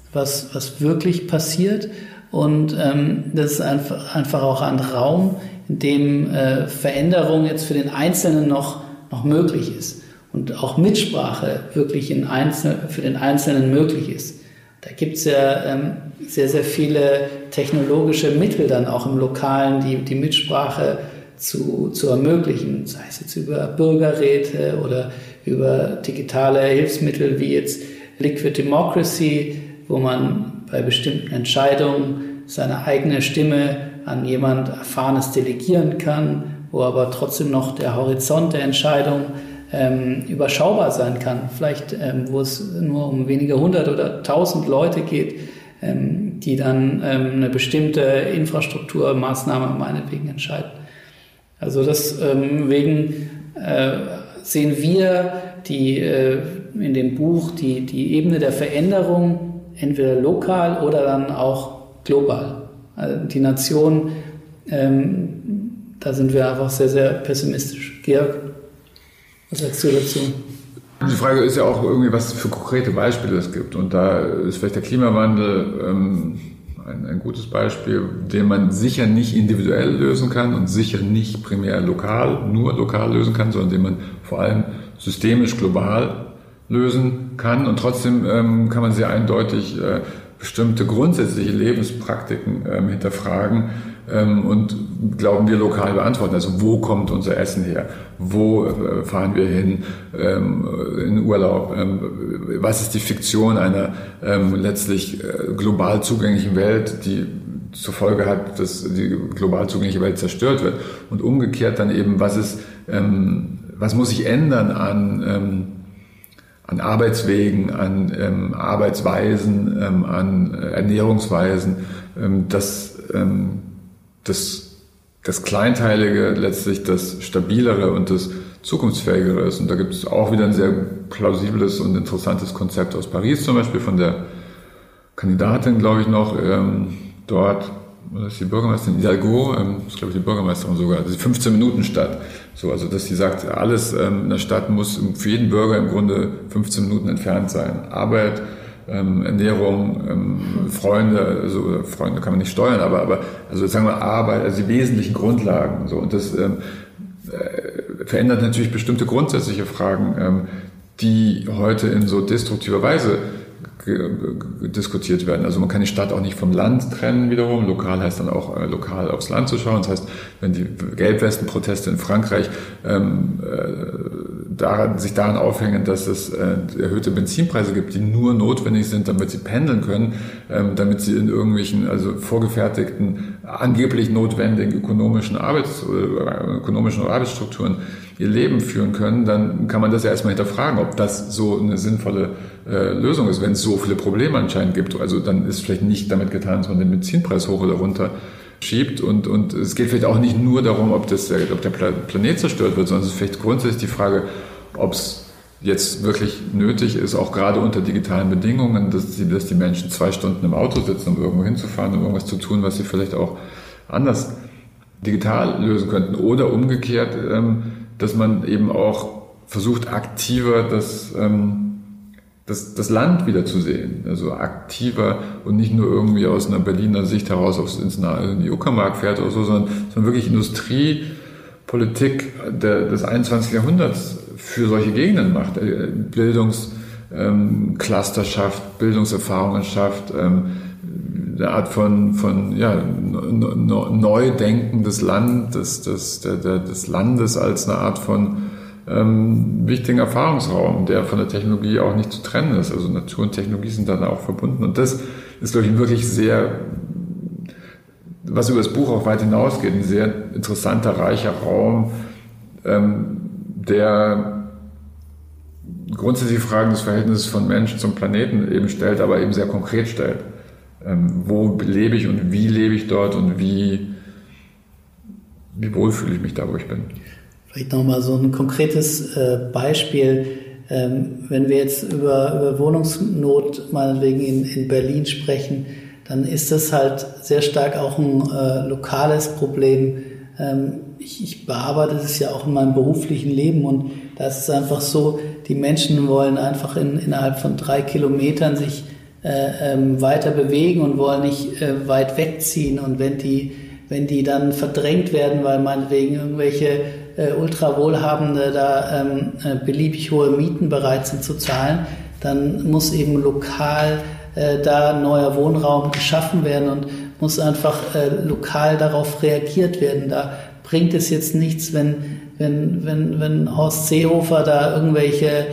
was wirklich passiert. Und das ist einfach auch ein Raum, in dem Veränderung jetzt für den Einzelnen noch möglich ist und auch Mitsprache wirklich für den Einzelnen möglich ist. Da gibt es ja sehr, sehr viele technologische Mittel dann auch im Lokalen, die Mitsprache zu ermöglichen, sei es jetzt über Bürgerräte oder über digitale Hilfsmittel wie jetzt Liquid Democracy, wo man bei bestimmten Entscheidungen seine eigene Stimme an jemand Erfahrenes delegieren kann, wo aber trotzdem noch der Horizont der Entscheidung überschaubar sein kann. Vielleicht, wo es nur um wenige 100 oder 1000 Leute geht, die dann eine bestimmte Infrastrukturmaßnahme meinetwegen entscheiden. Also deswegen sehen wir in dem Buch die Ebene der Veränderung entweder lokal oder dann auch global. Also die Nation, da sind wir einfach sehr, sehr pessimistisch. Georg, was sagst du dazu? Die Frage ist ja auch irgendwie, was für konkrete Beispiele es gibt. Und da ist vielleicht der Klimawandel ein gutes Beispiel, den man sicher nicht individuell lösen kann und sicher nicht primär nur lokal lösen kann, sondern den man vor allem systemisch global lösen kann. Und trotzdem kann man sehr eindeutig bestimmte grundsätzliche Lebenspraktiken hinterfragen und glauben wir lokal beantworten. Also wo kommt unser Essen her? Wo fahren wir hin in Urlaub? Was ist die Fiktion einer letztlich global zugänglichen Welt, die zur Folge hat, dass die global zugängliche Welt zerstört wird? Und umgekehrt dann eben, was muss sich ändern an Arbeitswegen, an Arbeitsweisen, an Ernährungsweisen, dass das Kleinteilige letztlich das Stabilere und das Zukunftsfähigere ist. Und da gibt es auch wieder ein sehr plausibles und interessantes Konzept aus Paris, zum Beispiel von der Kandidatin, glaube ich noch, dort, das ist die Bürgermeisterin Hidalgo, das ist, glaube ich, die Bürgermeisterin sogar, das ist die 15-Minuten-Stadt. So, also, dass sie sagt, alles in der Stadt muss für jeden Bürger im Grunde 15 Minuten entfernt sein. Arbeit, Ernährung, Freunde, also Freunde kann man nicht steuern, aber also sagen wir Arbeit, also die wesentlichen Grundlagen. So, und das verändert natürlich bestimmte grundsätzliche Fragen, die heute in so destruktiver Weise diskutiert werden. Also man kann die Stadt auch nicht vom Land trennen wiederum. Lokal heißt dann auch lokal aufs Land zu schauen. Das heißt, wenn die Gelbwesten-Proteste in Frankreich sich daran aufhängen, dass es erhöhte Benzinpreise gibt, die nur notwendig sind, damit sie pendeln können, damit sie in irgendwelchen vorgefertigten, angeblich notwendigen ökonomischen Arbeitsstrukturen ihr Leben führen können, dann kann man das ja erstmal hinterfragen, ob das so eine sinnvolle Lösung ist, wenn es so viele Probleme anscheinend gibt. Also dann ist vielleicht nicht damit getan, dass man den Benzinpreis hoch oder runter schiebt und es geht vielleicht auch nicht nur darum, ob der Planet zerstört wird, sondern es ist vielleicht grundsätzlich die Frage, ob es jetzt wirklich nötig ist, auch gerade unter digitalen Bedingungen, dass die Menschen 2 Stunden im Auto sitzen, um irgendwo hinzufahren, um irgendwas zu tun, was sie vielleicht auch anders digital lösen könnten. Oder umgekehrt, dass man eben auch versucht, aktiver das Land wieder zu sehen. Also aktiver und nicht nur irgendwie aus einer Berliner Sicht heraus in die Uckermark fährt oder so, sondern wirklich Industriepolitik des 21. Jahrhunderts für solche Gegenden macht. Bildungscluster schafft, Bildungserfahrungen schafft, eine Art von Neudenken des Landes als eine Art von wichtigen Erfahrungsraum, der von der Technologie auch nicht zu trennen ist. Also Natur und Technologie sind dann auch verbunden. Und das ist, glaube ich, wirklich sehr, was über das Buch auch weit hinausgeht, ein sehr interessanter, reicher Raum, der grundsätzliche Fragen des Verhältnisses von Menschen zum Planeten eben stellt, aber eben sehr konkret stellt. Wo lebe ich und wie lebe ich dort und wie wohl fühle ich mich da, wo ich bin. Vielleicht nochmal so ein konkretes Beispiel. Wenn wir jetzt über Wohnungsnot meinetwegen in Berlin sprechen, dann ist das halt sehr stark auch ein lokales Problem. Ich bearbeite das ja auch in meinem beruflichen Leben und da ist es einfach so, die Menschen wollen einfach innerhalb von 3 Kilometern sich weiter bewegen und wollen nicht weit wegziehen. Und wenn die dann verdrängt werden, weil meinetwegen irgendwelche Ultrawohlhabende da beliebig hohe Mieten bereit sind zu zahlen, dann muss eben lokal da neuer Wohnraum geschaffen werden und muss einfach lokal darauf reagiert werden. Da bringt es jetzt nichts, wenn Horst Seehofer da irgendwelche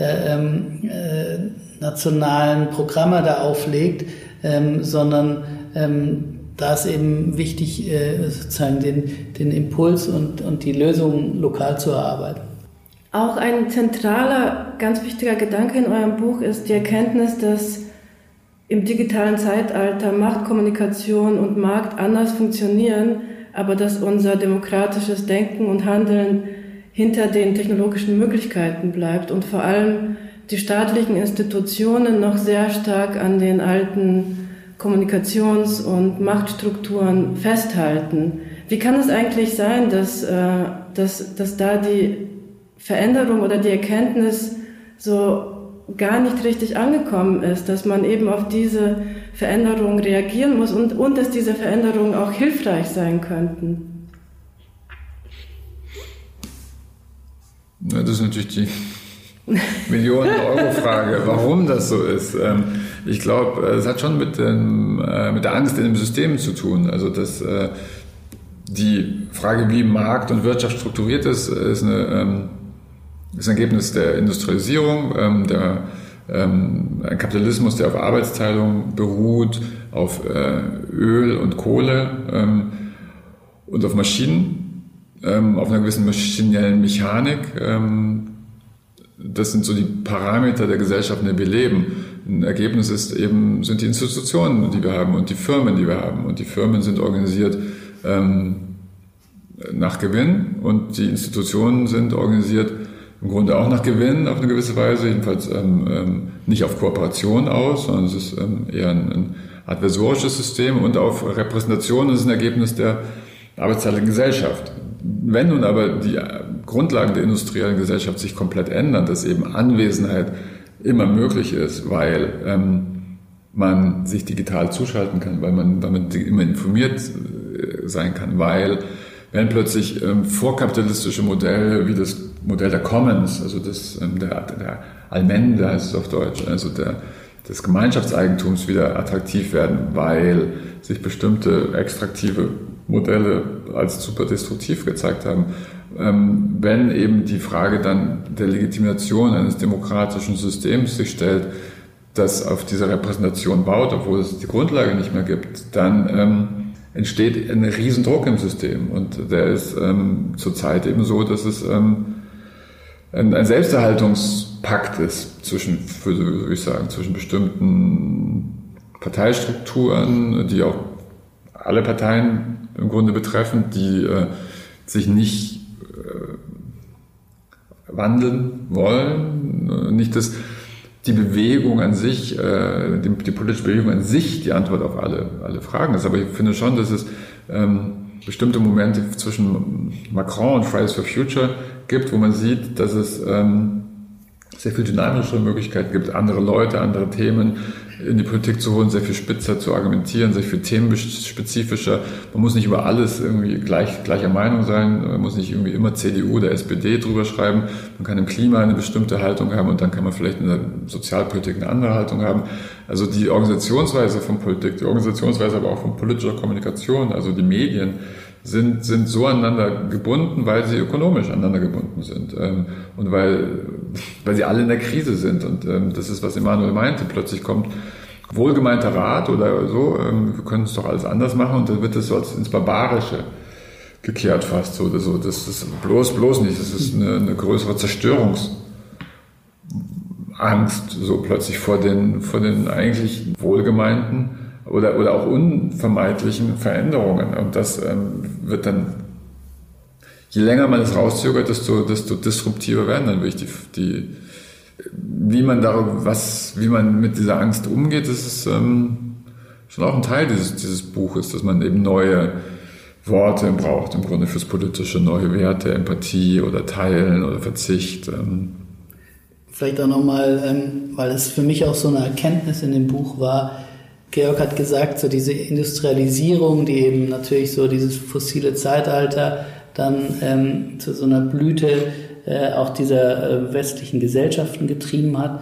nationalen Programme da auflegt, sondern da ist eben wichtig, sozusagen den Impuls und die Lösung lokal zu erarbeiten. Auch ein zentraler, ganz wichtiger Gedanke in eurem Buch ist die Erkenntnis, dass im digitalen Zeitalter Macht, Kommunikation und Markt anders funktionieren, aber dass unser demokratisches Denken und Handeln hinter den technologischen Möglichkeiten bleibt und vor allem die staatlichen Institutionen noch sehr stark an den alten Kommunikations- und Machtstrukturen festhalten. Wie kann es eigentlich sein, dass da die Veränderung oder die Erkenntnis so gar nicht richtig angekommen ist, dass man eben auf diese Veränderung reagieren muss und dass diese Veränderungen auch hilfreich sein könnten? Ja, das ist natürlich die Millionen-Euro-Frage, warum das so ist. Ich glaube, es hat schon mit der Angst in dem System zu tun. Also dass die Frage, wie Markt und Wirtschaft strukturiert ist ein Ergebnis der Industrialisierung, ein Kapitalismus, der auf Arbeitsteilung beruht, auf Öl und Kohle und auf Maschinen, auf einer gewissen maschinellen Mechanik. Das sind so die Parameter der Gesellschaft, in der wir leben. Ein Ergebnis sind die Institutionen, die wir haben und die Firmen, die wir haben. Und die Firmen sind organisiert nach Gewinn und die Institutionen sind organisiert im Grunde auch nach Gewinn auf eine gewisse Weise, jedenfalls nicht auf Kooperation aus, sondern es ist eher ein adversorisches System und auf Repräsentation. Das ist ein Ergebnis der arbeitsteiligen Gesellschaft. Wenn nun aber die Grundlagen der industriellen Gesellschaft sich komplett ändern, dass eben Anwesenheit immer möglich ist, weil man sich digital zuschalten kann, weil man immer informiert sein kann, weil wenn plötzlich vorkapitalistische Modelle wie das Modell der Commons, also der Allmende heißt es auf Deutsch, also des Gemeinschaftseigentums wieder attraktiv werden, weil sich bestimmte extraktive Modelle als super destruktiv gezeigt haben. Wenn eben die Frage dann der Legitimation eines demokratischen Systems sich stellt, das auf dieser Repräsentation baut, obwohl es die Grundlage nicht mehr gibt, dann entsteht ein Riesendruck im System. Und der ist zurzeit eben so, dass es ein Selbsterhaltungspakt ist zwischen bestimmten Parteistrukturen, die auch alle Parteien im Grunde betreffen, die sich nicht wandeln wollen, nicht die Bewegung an sich, die politische Bewegung an sich die Antwort auf alle Fragen ist. Aber ich finde schon, dass es bestimmte Momente zwischen Macron und Fridays for Future gibt, wo man sieht, dass es sehr viel dynamischere Möglichkeiten gibt, andere Leute, andere Themen in die Politik zu holen, sehr viel spitzer zu argumentieren, sehr viel themenspezifischer. Man muss nicht über alles irgendwie gleicher Meinung sein, man muss nicht irgendwie immer CDU oder SPD drüber schreiben. Man kann im Klima eine bestimmte Haltung haben und dann kann man vielleicht in der Sozialpolitik eine andere Haltung haben. Also die Organisationsweise von Politik, die Organisationsweise aber auch von politischer Kommunikation, also die Medien, sind so aneinander gebunden, weil sie ökonomisch aneinander gebunden sind und weil sie alle in der Krise sind. Und das ist, was Emanuel meinte. Plötzlich kommt wohlgemeinter Rat oder so, wir können es doch alles anders machen, und dann wird es so ins Barbarische gekehrt fast. So, das ist bloß nicht. Das ist eine größere Zerstörungsangst, so plötzlich vor den eigentlich wohlgemeinten oder auch unvermeidlichen Veränderungen. Und das wird dann, je länger man es rauszögert, desto disruptiver werden dann wirklich wie man mit dieser Angst umgeht. Das ist schon auch ein Teil dieses Buches, dass man eben neue Worte braucht, im Grunde fürs Politische, neue Werte, Empathie oder Teilen oder Verzicht. Vielleicht auch nochmal, weil es für mich auch so eine Erkenntnis in dem Buch war. Georg hat gesagt, so diese Industrialisierung, die eben natürlich so dieses fossile Zeitalter dann zu so einer Blüte auch dieser westlichen Gesellschaften getrieben hat,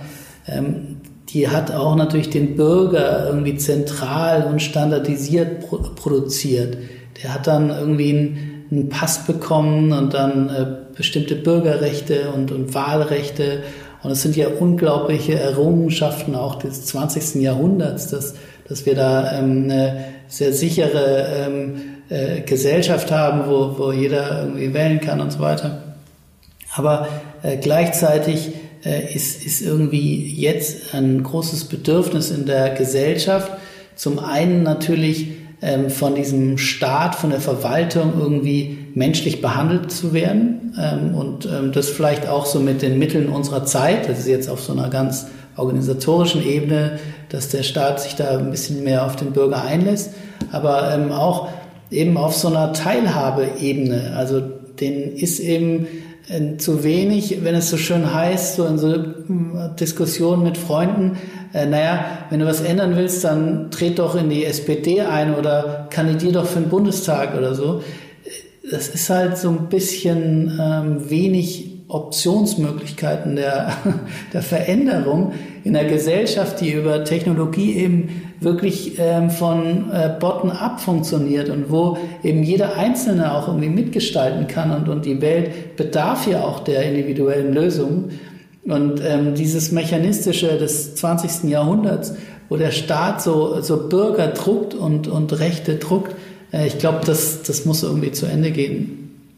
die hat auch natürlich den Bürger irgendwie zentral und standardisiert produziert. Der hat dann irgendwie einen Pass bekommen und dann bestimmte Bürgerrechte und Wahlrechte. Und es sind ja unglaubliche Errungenschaften auch des 20. Jahrhunderts, dass wir da eine sehr sichere Gesellschaft haben, wo jeder irgendwie wählen kann und so weiter. Aber gleichzeitig ist irgendwie jetzt ein großes Bedürfnis in der Gesellschaft, zum einen natürlich von diesem Staat, von der Verwaltung irgendwie menschlich behandelt zu werden und das vielleicht auch so mit den Mitteln unserer Zeit. Das ist jetzt auf so einer ganz organisatorischen Ebene, dass der Staat sich da ein bisschen mehr auf den Bürger einlässt, aber auch eben auf so einer Teilhabeebene. Also denen ist eben zu wenig, wenn es so schön heißt, so in so Diskussionen mit Freunden, wenn du was ändern willst, dann tret doch in die SPD ein oder kandidier doch für den Bundestag oder so. Das ist halt so ein bisschen wenig Optionsmöglichkeiten der Veränderung in einer Gesellschaft, die über Technologie eben wirklich von bottom-up funktioniert und wo eben jeder Einzelne auch irgendwie mitgestalten kann und die Welt bedarf ja auch der individuellen Lösungen. Und dieses Mechanistische des 20. Jahrhunderts, wo der Staat so Bürger druckt und Rechte druckt, ich glaube, das muss irgendwie zu Ende gehen.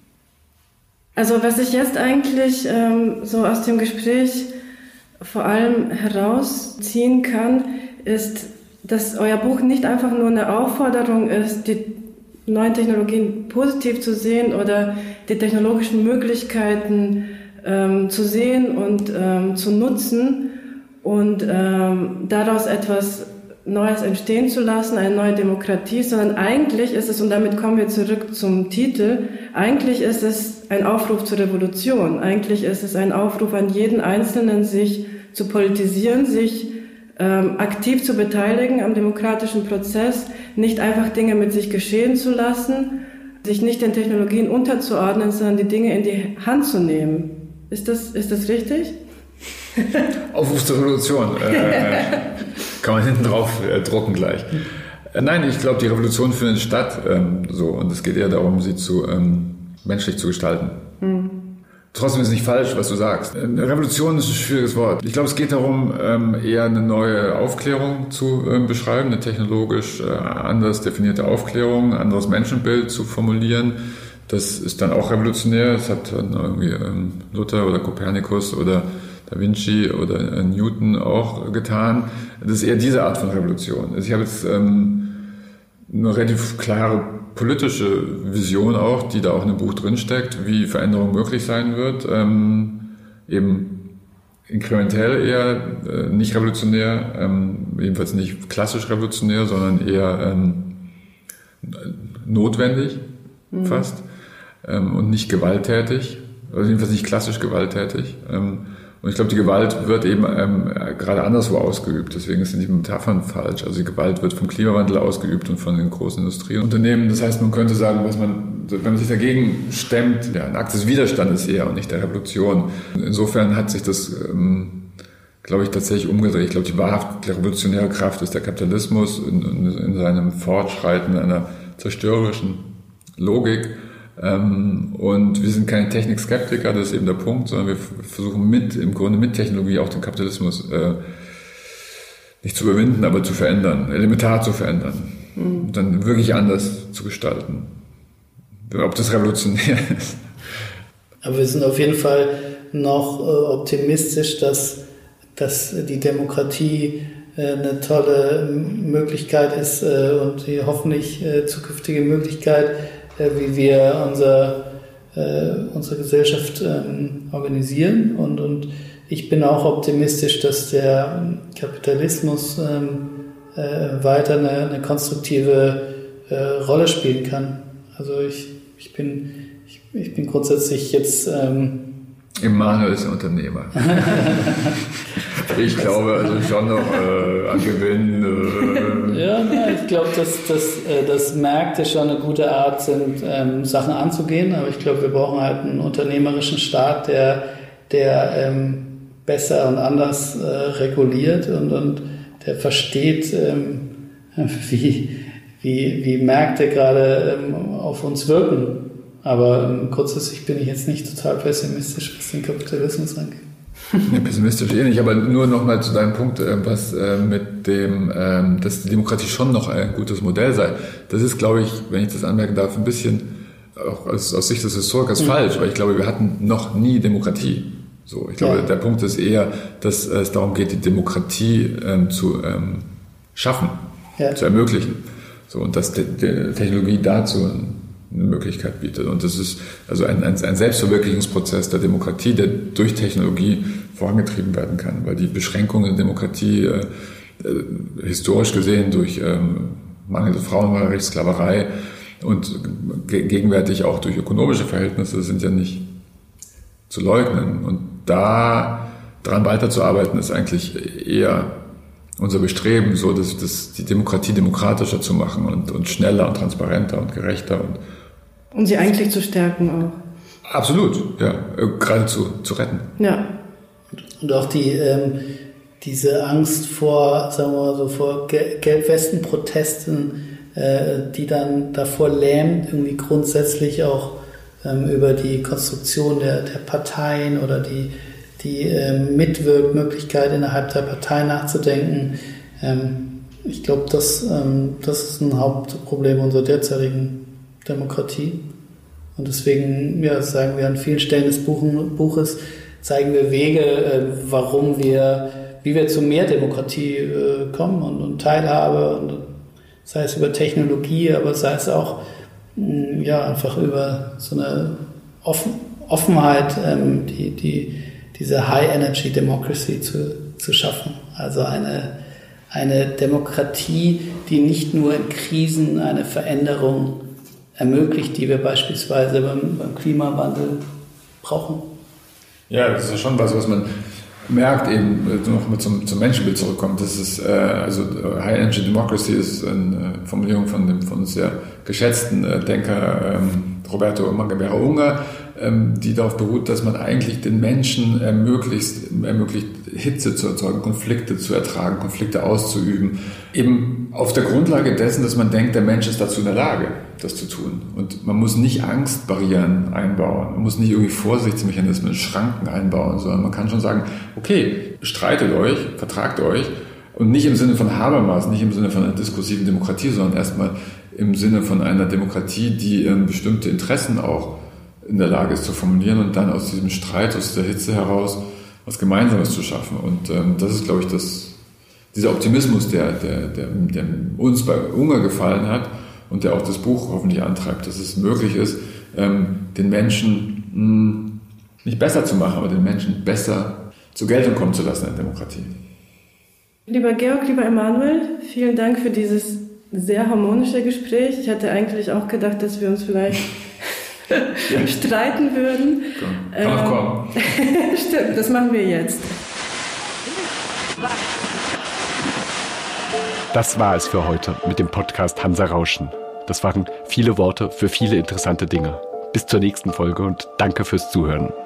Also was ich jetzt eigentlich so aus dem Gespräch vor allem herausziehen kann, ist, dass euer Buch nicht einfach nur eine Aufforderung ist, die neuen Technologien positiv zu sehen oder die technologischen Möglichkeiten zu sehen und zu nutzen und daraus etwas Neues entstehen zu lassen, eine neue Demokratie, sondern eigentlich ist es, und damit kommen wir zurück zum Titel, eigentlich ist es ein Aufruf zur Revolution. Eigentlich ist es ein Aufruf an jeden Einzelnen, sich zu politisieren, sich aktiv zu beteiligen am demokratischen Prozess, nicht einfach Dinge mit sich geschehen zu lassen, sich nicht den Technologien unterzuordnen, sondern die Dinge in die Hand zu nehmen. Ist das richtig? Aufruf zur Revolution. Kann man hinten drauf drucken gleich. Nein, ich glaube, die Revolution findet statt, und es geht eher darum, sie menschlich zu gestalten. Trotzdem ist es nicht falsch, was du sagst. Revolution ist ein schwieriges Wort. Ich glaube, es geht darum, eher eine neue Aufklärung zu beschreiben, eine technologisch anders definierte Aufklärung, ein anderes Menschenbild zu formulieren. Das ist dann auch revolutionär. Das hat dann irgendwie Luther oder Kopernikus oder Da Vinci oder Newton auch getan. Das ist eher diese Art von Revolution. Also ich habe jetzt eine relativ klare politische Vision auch, die da auch in dem Buch drinsteckt, wie Veränderung möglich sein wird. Eben inkrementell eher, nicht revolutionär, jedenfalls nicht klassisch revolutionär, sondern eher notwendig fast und nicht gewalttätig, also jedenfalls nicht klassisch gewalttätig. Und ich glaube, die Gewalt wird eben gerade anderswo ausgeübt. Deswegen sind die Metaphern falsch. Also die Gewalt wird vom Klimawandel ausgeübt und von den großen Industrieunternehmen. Das heißt, man könnte sagen, wenn man sich dagegen stemmt, ein Akt des Widerstandes eher und nicht der Revolution. Insofern hat sich das, glaube ich, tatsächlich umgedreht. Ich glaube, die wahrhaft revolutionäre Kraft ist der Kapitalismus in seinem Fortschreiten einer zerstörerischen Logik. Und wir sind keine Technikskeptiker, das ist eben der Punkt, sondern wir versuchen im Grunde mit Technologie auch den Kapitalismus nicht zu überwinden, aber zu verändern, elementar zu verändern und dann wirklich anders zu gestalten. Ob das revolutionär ist. Aber wir sind auf jeden Fall noch optimistisch, dass die Demokratie eine tolle Möglichkeit ist und die hoffentlich zukünftige Möglichkeit, wie wir unsere Gesellschaft organisieren. Und ich bin auch optimistisch, dass der Kapitalismus weiter eine konstruktive Rolle spielen kann. Also ich bin grundsätzlich jetzt... Emanuel ist ein Unternehmer. Ich glaube also schon noch an Gewinn. Ich glaube, dass Märkte schon eine gute Art sind, Sachen anzugehen. Aber ich glaube, wir brauchen halt einen unternehmerischen Staat, der besser und anders reguliert und der versteht, wie Märkte gerade auf uns wirken. Aber kurzfristig bin ich jetzt nicht total pessimistisch, was den Kapitalismus angeht. Nee, pessimistisch nicht, aber nur noch mal zu deinem Punkt, was mit dem, dass die Demokratie schon noch ein gutes Modell sei. Das ist, glaube ich, wenn ich das anmerken darf, ein bisschen auch aus Sicht des Historikers falsch, weil ich glaube, wir hatten noch nie Demokratie. So, ich glaube, der Punkt ist eher, dass es darum geht, die Demokratie zu schaffen, zu ermöglichen. So, und dass die Technologie dazu eine Möglichkeit bietet. Und das ist also ein Selbstverwirklichungsprozess der Demokratie, der durch Technologie vorangetrieben werden kann, weil die Beschränkungen der Demokratie historisch gesehen durch mangelnde Frauenwahlrecht, Sklaverei und gegenwärtig auch durch ökonomische Verhältnisse sind ja nicht zu leugnen. Und da dran weiterzuarbeiten, ist eigentlich eher unser Bestreben, so dass die Demokratie demokratischer zu machen und schneller und transparenter und gerechter und sie eigentlich zu stärken auch. Absolut, ja, geradezu zu retten. Ja. Und auch diese Angst vor, sagen wir mal so, vor Gelbwesten-Protesten, die dann davor lähmt, irgendwie grundsätzlich auch über die Konstruktion der Parteien oder die Mitwirkmöglichkeit innerhalb der Partei nachzudenken. Ich glaube, das ist ein Hauptproblem unserer derzeitigen Demokratie. Und deswegen sagen wir an vielen Stellen des Buches, zeigen wir Wege, wie wir zu mehr Demokratie kommen und Teilhabe, und sei es über Technologie, aber sei es auch einfach über so eine Offenheit, diese High-Energy-Democracy zu schaffen. Also eine Demokratie, die nicht nur in Krisen eine Veränderung ermöglicht, die wir beispielsweise beim Klimawandel brauchen. Ja, das ist ja schon was man merkt, eben noch mal zum Menschenbild zurückkommt. Das ist, High Energy Democracy ist eine Formulierung von uns sehr geschätzten Denker Roberto Mangabeira Unger, die darauf beruht, dass man eigentlich den Menschen ermöglicht, Hitze zu erzeugen, Konflikte zu ertragen, Konflikte auszuüben. Eben auf der Grundlage dessen, dass man denkt, der Mensch ist dazu in der Lage, das zu tun. Und man muss nicht Angstbarrieren einbauen, man muss nicht irgendwie Vorsichtsmechanismen, Schranken einbauen, sondern man kann schon sagen, okay, streitet euch, vertragt euch. Und nicht im Sinne von Habermas, nicht im Sinne von einer diskursiven Demokratie, sondern erstmal im Sinne von einer Demokratie, die bestimmte Interessen auch in der Lage ist zu formulieren und dann aus diesem Streit, aus der Hitze heraus was Gemeinsames zu schaffen. Und das ist, glaube ich, dieser Optimismus, der uns bei Unger gefallen hat und der auch das Buch hoffentlich antreibt, dass es möglich ist, den Menschen nicht besser zu machen, aber den Menschen besser zur Geltung kommen zu lassen in der Demokratie. Lieber Georg, lieber Emanuel, vielen Dank für dieses sehr harmonische Gespräch. Ich hätte eigentlich auch gedacht, dass wir uns vielleicht streiten würden. Kann auch kommen. Stimmt, das machen wir jetzt. Das war es für heute mit dem Podcast Hansa Rauschen. Das waren viele Worte für viele interessante Dinge. Bis zur nächsten Folge und danke fürs Zuhören.